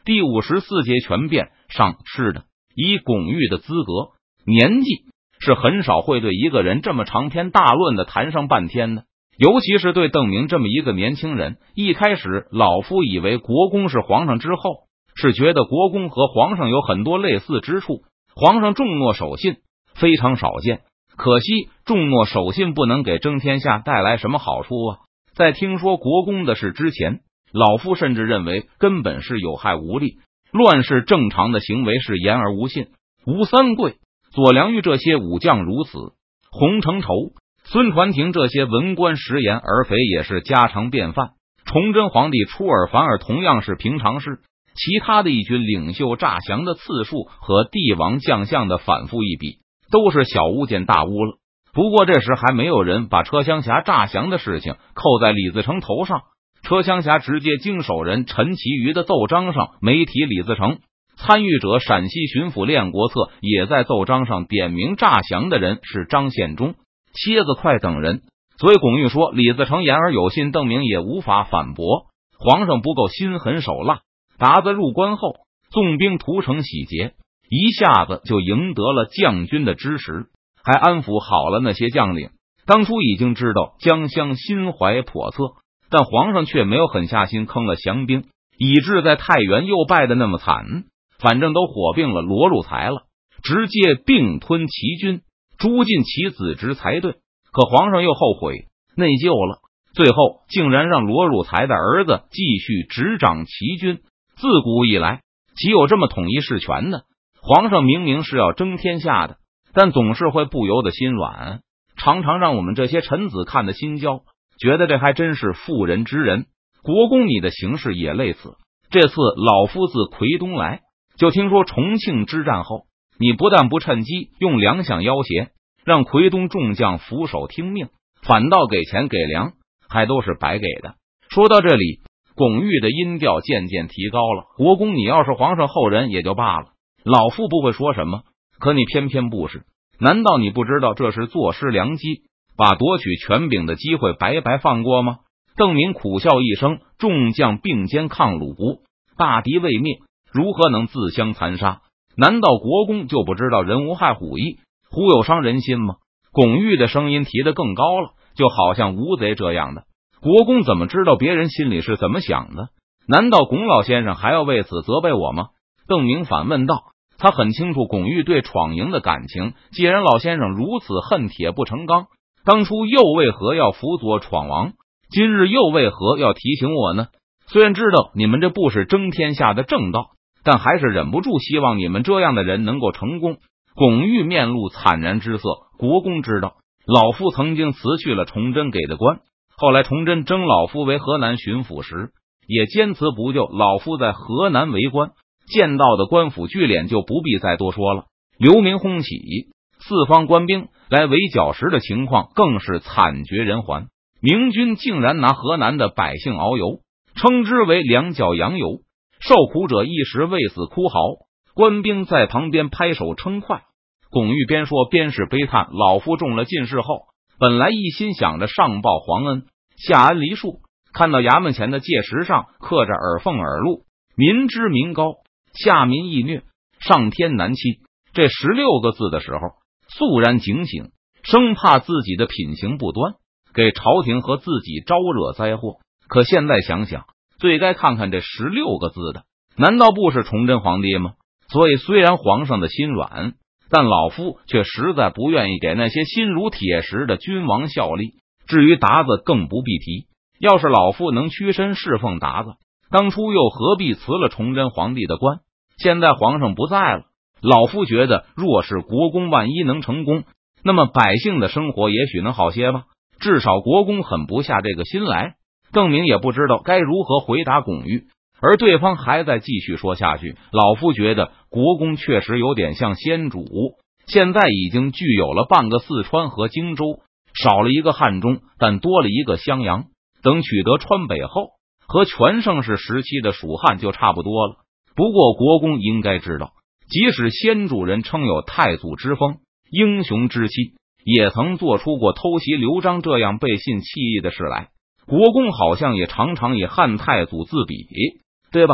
第54节权变上是的，以巩玉的资格、年纪，是很少会对一个人这么长篇大论的谈上半天的。尤其是对邓明这么一个年轻人，一开始老夫以为国公是皇上之后，是觉得国公和皇上有很多类似之处，皇上重诺守信非常少见，可惜重诺守信不能给争天下带来什么好处啊。在听说国公的事之前，老夫甚至认为根本是有害无利，乱世正常的行为是言而无信。吴三桂、左良玉这些武将如此，洪承畴、孙传庭这些文官食言而肥也是家常便饭。崇祯皇帝出尔反尔同样是平常事，其他的一军领袖诈降的次数和帝王将相的反复一比，都是小巫见大巫了。不过这时还没有人把车厢峡诈降的事情扣在李自成头上，车厢峡直接经手人陈其瑜的奏章上没提李自成，参与者陕西巡抚练国策也在奏章上点名诈降的人是张献忠、蝎子快等人。所以巩玉说李自成言而有信，邓明也无法反驳，皇上不够心狠手辣。达子入关后，纵兵屠城洗劫，一下子就赢得了将军的支持，还安抚好了那些将领。当初已经知道江襄心怀叵测，但皇上却没有狠下心坑了降兵，以致在太原又败得那么惨。反正都火并了罗禄才了，直接并吞齐军，诛尽其子侄才对。可皇上又后悔内疚了，最后竟然让罗禄才的儿子继续执掌齐军。自古以来岂有这么统一事权的？皇上明明是要争天下的，但总是会不由得心软，常常让我们这些臣子看得心焦，觉得这还真是妇人之仁。国公你的行事也类似。这次老夫自奎东来，就听说重庆之战后，你不但不趁机用粮饷要挟，让奎东众将俯首听命，反倒给钱给粮，还都是白给的。说到这里，巩玉的音调渐渐提高了。国公你要是皇上后人也就罢了，老夫不会说什么，可你偏偏不是。难道你不知道这是坐失良机，把夺取权柄的机会白白放过吗？邓明苦笑一声，众将并肩抗鲁，大敌未灭，如何能自相残杀？难道国公就不知道人无害虎意，虎有伤人心吗？巩玉的声音提得更高了，就好像吴贼这样的，国公怎么知道别人心里是怎么想的？难道巩老先生还要为此责备我吗？邓明反问道。他很清楚巩玉对闯营的感情，既然老先生如此恨铁不成钢，当初又为何要辅佐闯王，今日又为何要提醒我呢？虽然知道你们这不是争天下的正道，但还是忍不住希望你们这样的人能够成功。巩玉面露惨然之色，国公知道老夫曾经辞去了崇祯给的官，后来崇祯征老夫为河南巡抚时，也坚持不就老夫在河南为官，见到的官府聚敛就不必再多说了。流民轰起，四方官兵来围剿时的情况更是惨绝人寰。明军竟然拿河南的百姓熬油，称之为两脚羊油，受苦者一时为死哭嚎，官兵在旁边拍手称快。巩玉边说边是悲叹，老夫中了进士后，本来一心想着上报皇恩，下安黎庶，看到衙门前的界石上刻着耳奉耳禄，民脂民膏，下民易虐，上天难欺，这16个字的时候，肃然警醒，生怕自己的品行不端，给朝廷和自己招惹灾祸。可现在想想，最该看看这16个字的，难道不是崇祯皇帝吗？所以虽然皇上的心软，但老夫却实在不愿意给那些心如铁石的君王效力。至于达子更不必提，要是老夫能屈身侍奉达子，当初又何必辞了崇祯皇帝的官？现在皇上不在了，老夫觉得若是国公万一能成功，那么百姓的生活也许能好些吧。至少国公狠不下这个心来。邓明也不知道该如何回答巩玉，而对方还在继续说下去。老夫觉得国公确实有点像先主，现在已经具有了半个四川和荆州，少了一个汉中，但多了一个襄阳。等取得川北后，和全盛世时期的蜀汉就差不多了。不过国公应该知道，即使先主人称有太祖之风、英雄之气，也曾做出过偷袭刘璋这样背信弃义的事来。国公好像也常常以汉太祖自比，对吧？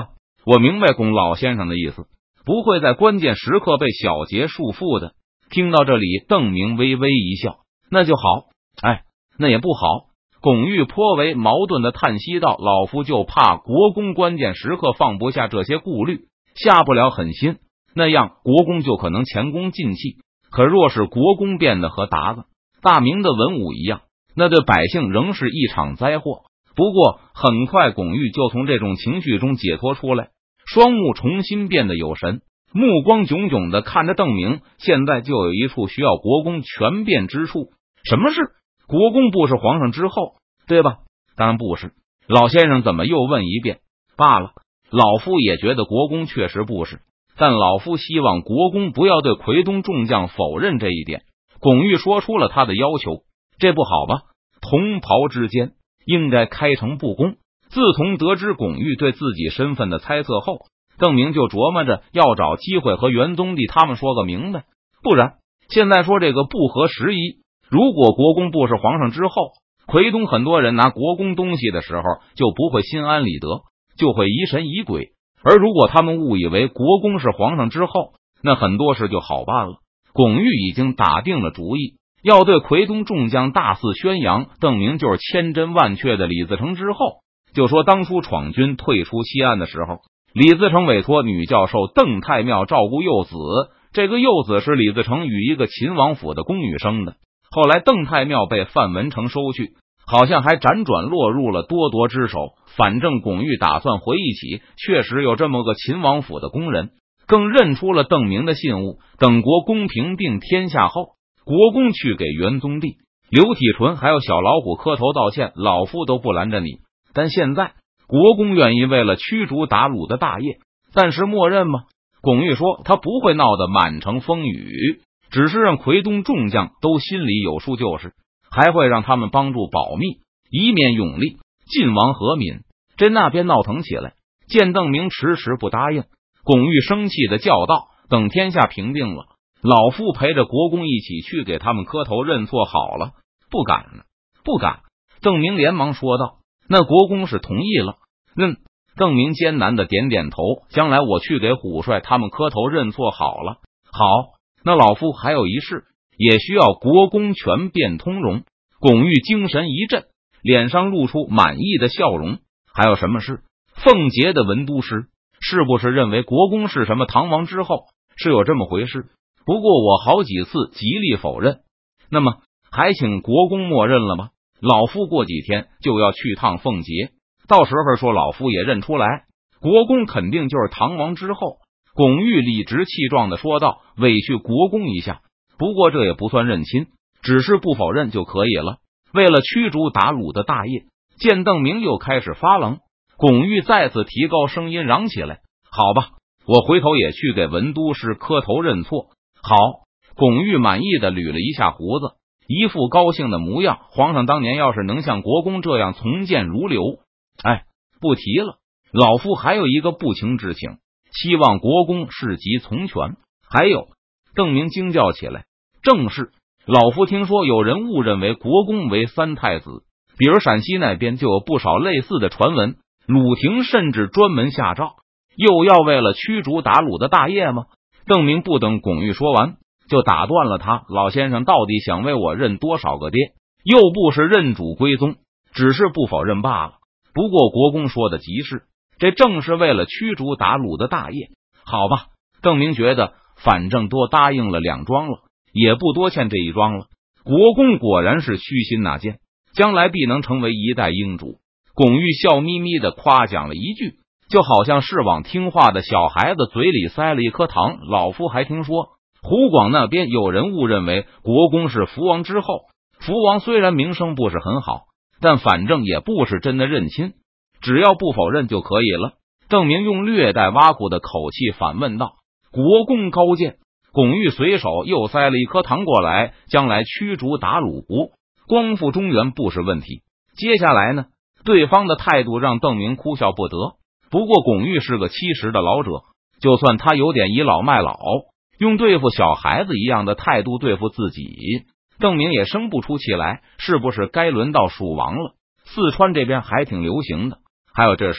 我明白龚老先生的意思，不会在关键时刻被小节束缚的。听到这里，邓明微微一笑，那就好。哎，那也不好。龚玉颇为矛盾的叹息道：“老夫就怕国公关键时刻放不下这些顾虑，下不了狠心，那样国公就可能前功尽弃。可若是国公变得和达子、大明的文武一样，那对百姓仍是一场灾祸。”不过很快，龚玉就从这种情绪中解脱出来，双目重新变得有神，目光炯炯的看着邓明。现在就有一处需要国公权变之处，什么事？国公不是皇上之后，对吧？当然不是。老先生怎么又问一遍？罢了，老夫也觉得国公确实不是，但老夫希望国公不要对奎东众将否认这一点。龚玉说出了他的要求，这不好吧？同袍之间应该开诚布公。自从得知龚玉对自己身份的猜测后，邓明就琢磨着要找机会和元宗帝他们说个明白，不然现在说这个不合时宜。如果国公不是皇上之后，奎东很多人拿国公东西的时候就不会心安理得，就会疑神疑鬼。而如果他们误以为国公是皇上之后，那很多事就好办了。龚玉已经打定了主意，要对奎东众将大肆宣扬邓明就是千真万确的李自成之后，就说当初闯军退出西安的时候，李自成委托女教授邓太庙照顾幼子，这个幼子是李自成与一个秦王府的宫女生的。后来邓太庙被范文成收去，好像还辗转落入了多铎之手。反正龚玉打算回忆起，确实有这么个秦王府的工人，更认出了邓明的信物。等国公平定天下后，国公去给元宗帝、刘体纯还有小老虎磕头道歉，老夫都不拦着你。但现在国公愿意为了驱逐鞑虏的大业暂时默认吗？龚玉说他不会闹得满城风雨，只是让奎东众将都心里有数就是，还会让他们帮助保密，以免永历晋王和敏。这那边闹腾起来，见邓明迟迟不答应，龚玉生气的叫道：“等天下平定了，老夫陪着国公一起去给他们磕头认错好了。”不敢了，不敢。邓明连忙说道：“那国公是同意了？”邓明艰难的点点头，将来我去给虎帅他们磕头认错好了。好，那老夫还有一事，也需要国公权变通融。龚玉精神一振，脸上露出满意的笑容。还有什么事？奉节的文都师是不是认为国公是什么唐王之后？是有这么回事，不过我好几次极力否认。那么还请国公默认了吗？老夫过几天就要去趟奉节，到时候说老夫也认出来，国公肯定就是唐王之后。龚玉理直气壮的说道：“委屈国公一下，不过这也不算认亲，只是不否认就可以了。”为了驱逐鞑虏的大业，见邓明又开始发愣，龚玉再次提高声音嚷起来：“好吧，我回头也去给文都师磕头认错。”好。龚玉满意的捋了一下胡子，一副高兴的模样。皇上当年要是能像国公这样从谏如流，不提了。老夫还有一个不情之请，希望国公适极从权。还有，邓明惊叫起来：“正是！老夫听说有人误认为国公为三太子，比如陕西那边就有不少类似的传闻。鲁廷甚至专门下诏，又要为了驱逐鞑虏的大业吗？”邓明不等龚玉说完，就打断了他：“老先生到底想为我认多少个爹？又不是认主归宗，只是不否认罢了。不过国公说的极是，这正是为了驱逐鞑虏的大业。好吧。”邓明觉得反正都答应了两桩了，也不多欠这一桩了。国公果然是虚心纳谏，将来必能成为一代英主。龚玉笑眯眯的夸奖了一句，就好像是往听话的小孩子嘴里塞了一颗糖。老夫还听说湖广那边有人误认为国公是福王之后，福王虽然名声不是很好，但反正也不是真的认亲，只要不否认就可以了。邓明用略带挖苦的口气反问道：“国公高见。”龚玉随手又塞了一颗糖过来，将来驱逐鞑虏，光复中原不是问题。接下来呢，对方的态度让邓明哭笑不得。不过龚玉是个70的老者，就算他有点倚老卖老，用对付小孩子一样的态度对付自己，邓明也生不出气来。是不是该轮到蜀王了？四川这边还挺流行的。还有这事，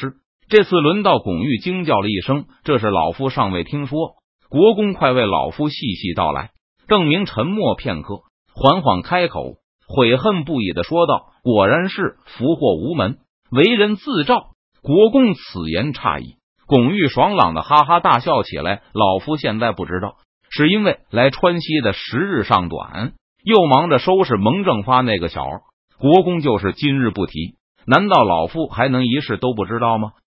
这次轮到巩玉惊叫了一声，这是老夫尚未听说，国公快为老夫细细道来。邓明沉默片刻，缓缓开口，悔恨不已的说道：果然是福祸无门，为人自照。国公此言差矣。巩玉爽朗的哈哈大笑起来，老夫现在不知道，是因为来川西的时日尚短，又忙着收拾蒙正发那个小儿，国公就是今日不提，难道老夫还能一事都不知道吗？